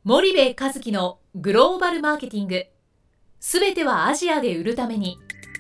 森部一樹のグローバルマーケティング、すべてはアジアで売るために。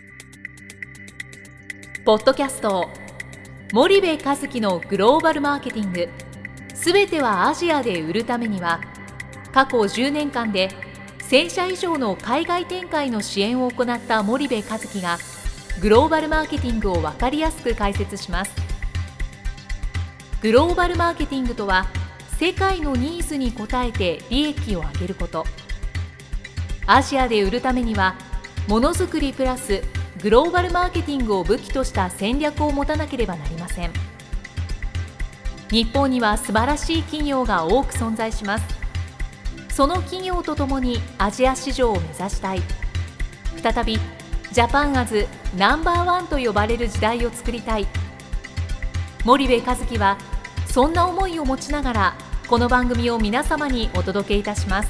ポッドキャスト森部一樹のグローバルマーケティング、すべてはアジアで売るためには、過去10年間で1000社以上の海外展開の支援を行った森部一樹がグローバルマーケティングを分かりやすく解説します。グローバルマーケティングとは、世界のニーズに応えて利益を上げること。アジアで売るためには、ものづくりプラスグローバルマーケティングを武器とした戦略を持たなければなりません。日本には素晴らしい企業が多く存在します。その企業とともにアジア市場を目指したい。再びジャパンアズナンバーワンと呼ばれる時代を作りたい。森部一樹はそんな思いを持ちながら、この番組を皆様にお届けいたします。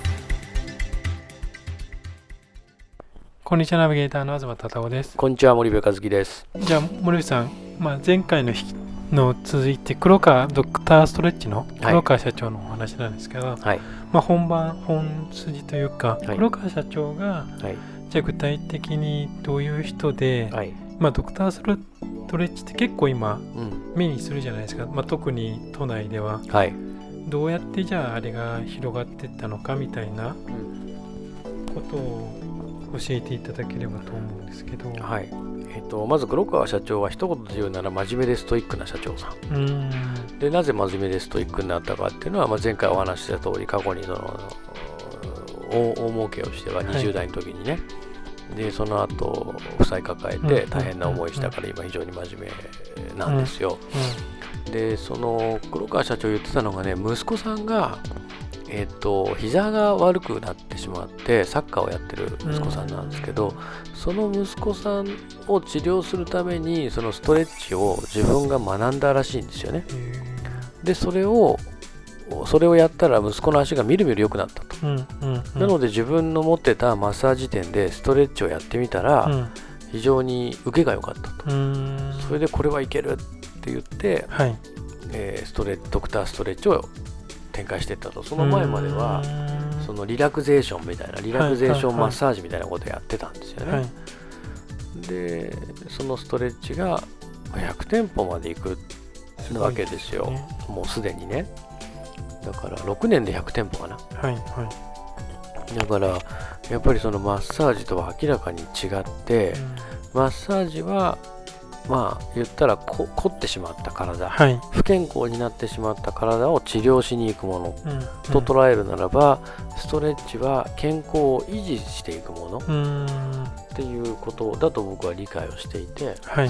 こんにちは、ナビゲーターの東忠夫です。 こんにちは、森部一樹です。 じゃあ森部さん、前回の続いてドクターストレッチの黒川社長のお話なんですけど、 はい、 本筋というか、 はい、 黒川社長が、はい、じゃあ具体的にどういう人で、はい、ドクターストレッチって結構今、目にするじゃないですか、特に都内では、はい、どうやってじゃああれが広がっていったのかみたいなことを教えていただければと思うんですけど、 はい、まず黒川社長は一言で言うなら真面目でストイックな社長さんで、なぜ真面目でストイックになったかっていうのは、前回お話しした通り、過去に大儲けをしては20代の時にね、はい、でその後負債抱えて大変な思いしたから今非常に真面目なんですよ。でその黒川社長言ってたのがね、息子さんが膝が悪くなってしまってサッカーをやってる息子さんなんですけど、その息子さんを治療するためにそのストレッチを自分が学んだらしいんですよね。でそれをやったら息子の足がみるみる良くなったと、なので自分の持ってたマッサージ店でストレッチをやってみたら、非常に受けが良かったと、それでこれはいけるって言って、はい、ドクターストレッチを展開していったと。その前まではそのリラクゼーションみたいなリラクゼーションマッサージみたいなことをやってたんですよね、はいはい、でそのストレッチが100店舗まで行くわけですよ、もうすでにね。だから6年で100店舗かな、はいはい、だからやっぱりそのマッサージとは明らかに違って、マッサージは言ったら凝ってしまった体、はい、不健康になってしまった体を治療しに行くもの、と捉えるならば、ストレッチは健康を維持していくものっていうことだと僕は理解をしていて、はい、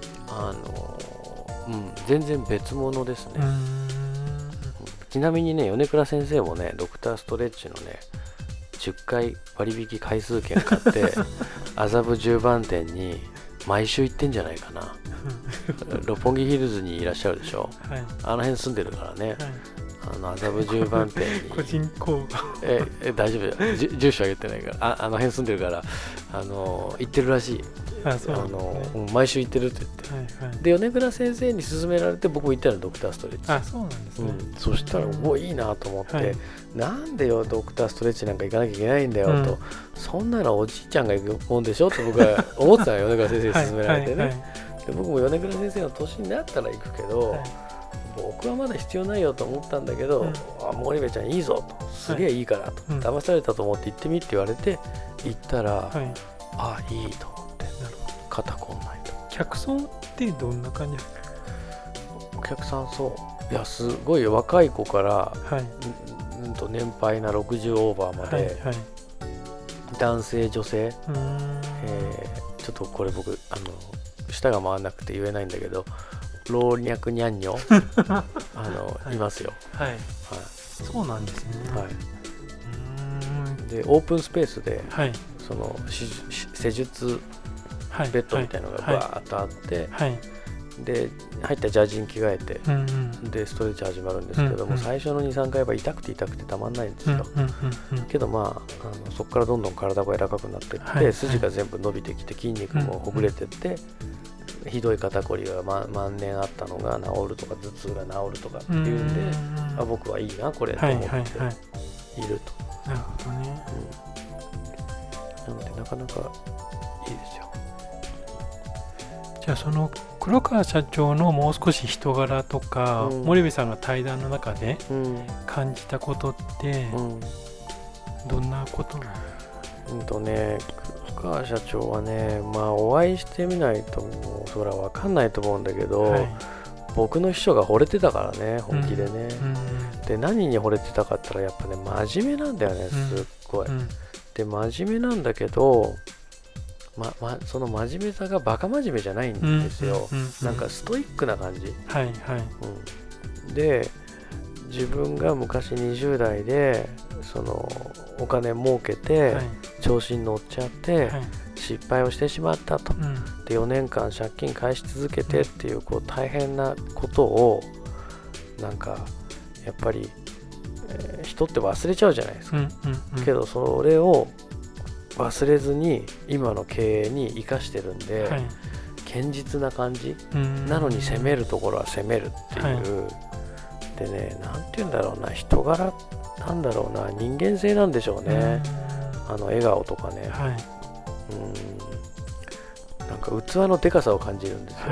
全然別物ですね。ちなみにね、米倉先生もね、ドクターストレッチのね10回割引回数券買って麻布10番店に毎週行ってんじゃないかな六本木ヒルズにいらっしゃるでしょ、はい、あの辺住んでるからね、はい、麻布10番店に個人行大丈夫住所あげてないから、あの辺住んでるから行ってるらしい。毎週行ってるって言って、はいはい、で米倉先生に勧められて僕も行ったのドクターストレッチ。 あ、そうなんですね、 そしたらもういいなと思って、はい、なんでよドクターストレッチなんか行かなきゃいけないんだよと、そんなのおじいちゃんが行くもんでしょと僕は思ってたのよ米倉先生に勧められてね、はいはいはい、で僕も米倉先生の年になったら行くけど、はい、僕はまだ必要ないよと思ったんだけど、森部ちゃんいいぞと、すげえいいからと、騙されたと思って行ってみって言われて行ったら、はい、いいと思って、肩こんないと。 客層ってどんな感じですか？ お客さん、いやすごい若い子から、はい、年配な60オーバーまで、はいはい、男性女性、ちょっとこれ僕舌が回らなくて言えないんだけど、老若にゃんにょいますよ、はいはい、 そうなんですね、はい、 でオープンスペースで、はい、その施術ベッドみたいなのがバーッとあって、はい、で入ったジャージに着替えて、でストレッチ始まるんですけども、最初の 2,3 回は痛くてたまんないんですよ、けどそこからどんどん体が柔らかくなっていって、はい、筋が全部伸びてきて筋肉もほぐれてって、ひどい肩こりが万年あったのが治るとか頭痛が治るとかっていうんで、僕はいいなこれと思って、 いると。 なるほどね。 なのでなかなかいいですよ。 じゃあその黒川社長のもう少し人柄とか、森部さんが対談の中で感じたことって、どんなことなの？ 黒川社長はね、お会いしてみないともうそれは分かんないと思うんだけど、僕の秘書が惚れてたからね、本気でね。で、何に惚れてたかって言ったらやっぱね、真面目なんだよね、すっごい。で、真面目なんだけど、その真面目さがバカ真面目じゃないんですよ。なんかストイックな感じ。で、自分が昔20代でそのお金儲けて調子に乗っちゃって、失敗をしてしまったと。で、4年間借金返し続けてっていう、大変なことをなんかやっぱり、人って忘れちゃうじゃないですか。けどそれを忘れずに今の経営に生かしてるんで、堅実な感じなのに攻めるところは攻めるっていう、でね、なんて言うんだろうな、人柄なんだろうな、人間性なんでしょうね。笑顔とかね、なんか器のでかさを感じるんですよ。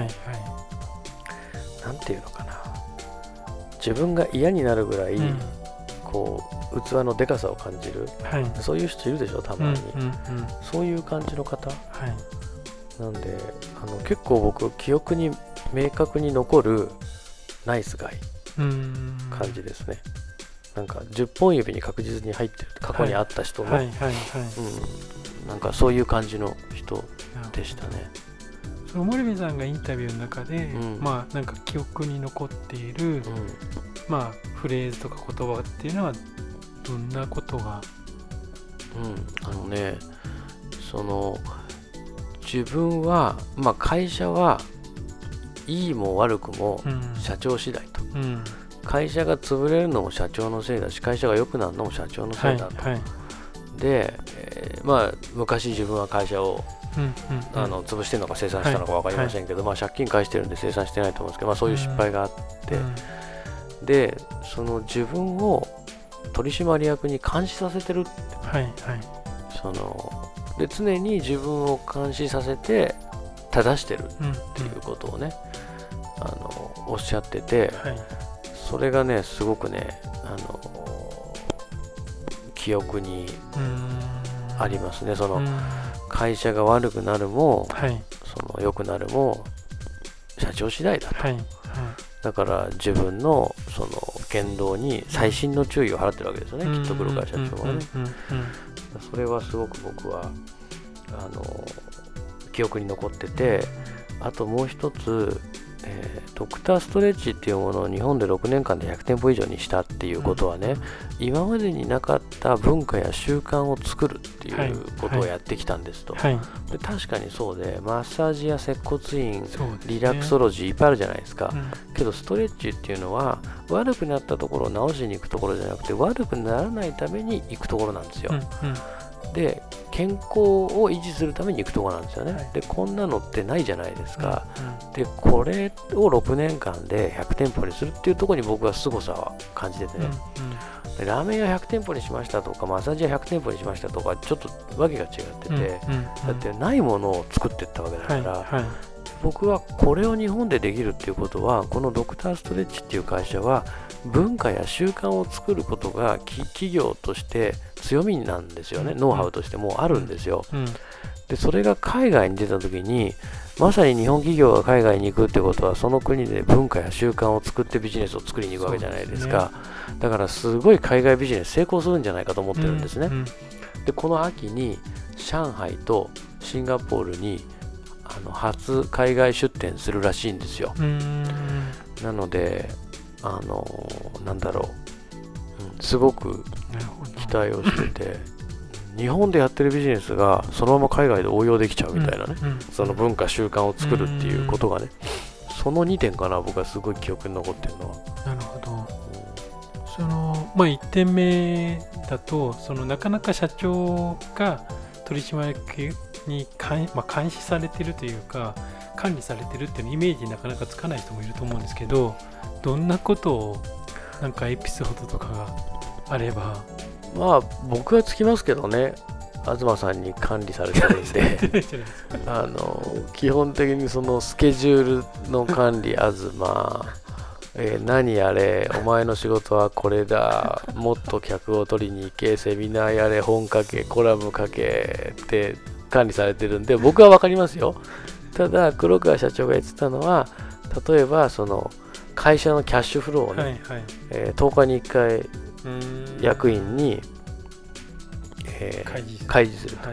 なんていうのかな、自分が嫌になるぐらい、器のでかさを感じる、そういう人いるでしょ、たまに。そういう感じの方、なんで結構僕記憶に明確に残るナイスガイ感じですね。なんか10本指に確実に入ってる、過去に会った人の、なんかそういう感じの人でしたね。 その森部さんがインタビューの中で、なんか記憶に残っている、フレーズとか言葉っていうのはどんなことが？ その自分は、会社はいいも悪くも社長次第と、会社が潰れるのも社長のせいだし、会社が良くなるのも社長のせいだと。で、昔自分は会社を潰してるのか清算したのか分かりませんけど、借金返してるんで清算してないと思うんですけど、そういう失敗があって、でその自分を取締役に監視させてるって、で常に自分を監視させて正してるっていうことをね、おっしゃってて、それがねすごくね記憶にありますね。その会社が悪くなるも、その良くなるも社長次第だと。だから自分のその言動に細心の注意を払ってるわけですよね、きっと黒川社長はね。それはすごく僕は記憶に残ってて、あともう一つ、ドクターストレッチっていうものを日本で6年間で100店舗以上にしたっていうことはね、今までになかった文化や習慣を作るっていうことをやってきたんですと。で確かにそうで、マッサージや接骨院、リラクソロジーいっぱいあるじゃないですか。けどストレッチっていうのは悪くなったところを直しに行くところじゃなくて、悪くならないために行くところなんですよ。で健康を維持するために行くところなんですよね。でこんなのってないじゃないですか。でこれを6年間で100店舗にするっていうところに僕は凄さを感じててね、でラーメン屋100店舗にしましたとか、マッサージ屋100店舗にしましたとか、ちょっとわけが違ってて、だってないものを作っていったわけだから、僕はこれを日本でできるっていうことは、このドクターストレッチっていう会社は文化や習慣を作ることが企業として強みなんですよね。ノウハウとしてもうあるんですよ。でそれが海外に出た時に、まさに日本企業が海外に行くってことは、その国で文化や習慣を作ってビジネスを作りに行くわけじゃないですか。だからすごい海外ビジネス成功するんじゃないかと思ってるんですね。でこの秋に上海とシンガポールに初海外出店するらしいんですよ。なのでなんだろう、すごく期待をしてて、日本でやってるビジネスがそのまま海外で応用できちゃうみたいなね、その文化習慣を作るっていうことがね、その2点かな、僕はすごい記憶に残ってるのは。 なるほど。その1点目だと、そのなかなか社長が取締役に監視されてるというか管理されてるっていうイメージなかなかつかない人もいると思うんですけど、どんなことをなんかエピソードとかがあれば、 まあ僕はつきますけどね、東さんに管理されてるんで基本的にそのスケジュールの管理、東、何やれ、お前の仕事はこれだ、もっと客を取りに行け、セミナーやれ、本書け、コラム書けって管理されてるんで、僕は分かりますよ。ただ黒川社長が言ってたのは、例えばその会社のキャッシュフローをね、10日に1回役員に開示すると、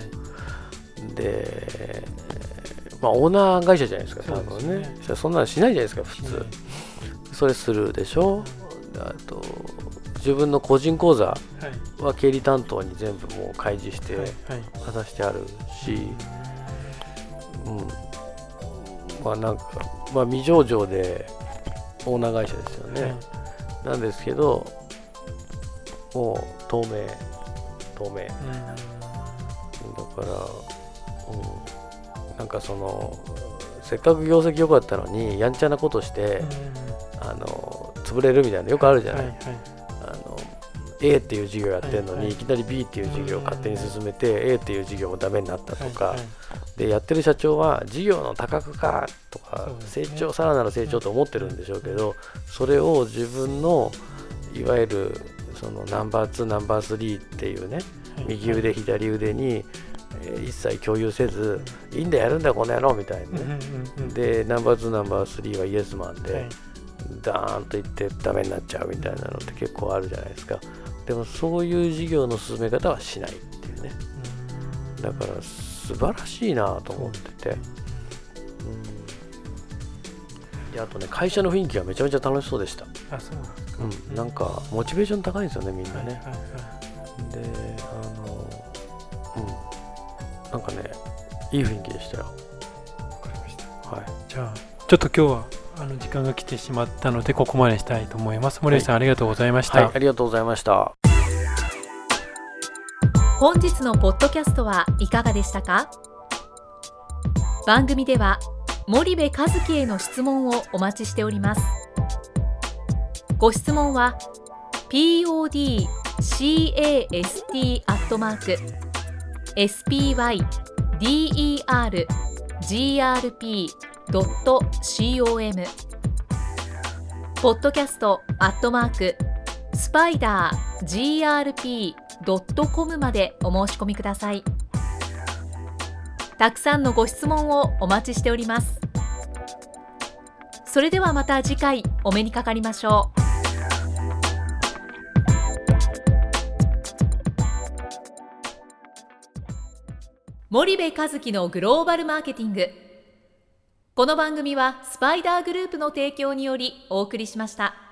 で、オーナー会社じゃないですか、多分ね。そんなのしないじゃないですか、普通。それするでしょ。あと自分の個人口座は経理担当に全部もう開示して渡してあるし、なんか未上場でオーナー会社ですよね。なんですけど、もう透明だから、なんかそのせっかく業績良かったのにやんちゃなことして、潰れるみたいなのよくあるじゃない。A っていう事業やってるのに、いきなり B っていう事業を勝手に進めて A っていう事業もダメになったとか、でやってる社長は事業の多角化とかさらなる成長と思ってるんでしょうけど、それを自分のいわゆるそのナンバー2ナンバー3っていうね、右腕左腕に一切共有せず、いいんだやるんだこの野郎みたいなね。でナンバー2ナンバー3はイエスマンで、ダーンといってダメになっちゃうみたいなのって結構あるじゃないですか。でもそういう事業の進め方はしないっていうね。だから素晴らしいなと思ってて、あとね、会社の雰囲気がめちゃめちゃ楽しそうでした。なんかモチベーション高いんですよね、みんなね。でなんかね、いい雰囲気でしたよ。 わかりました。じゃあちょっと今日は時間が来てしまったのでここまでしたいと思います。森内さん、ありがとうございました。 ありがとうございました。 本日のポッドキャストはいかがでしたか？番組では森部一樹への質問をお待ちしております。ご質問は podcast@spydergrp.com podcast@spidergrp.com までお申し込みください。たくさんのご質問をお待ちしております。それではまた次回お目にかかりましょう。森部一樹のグローバルマーケティング。この番組はスパイダーグループの提供によりお送りしました。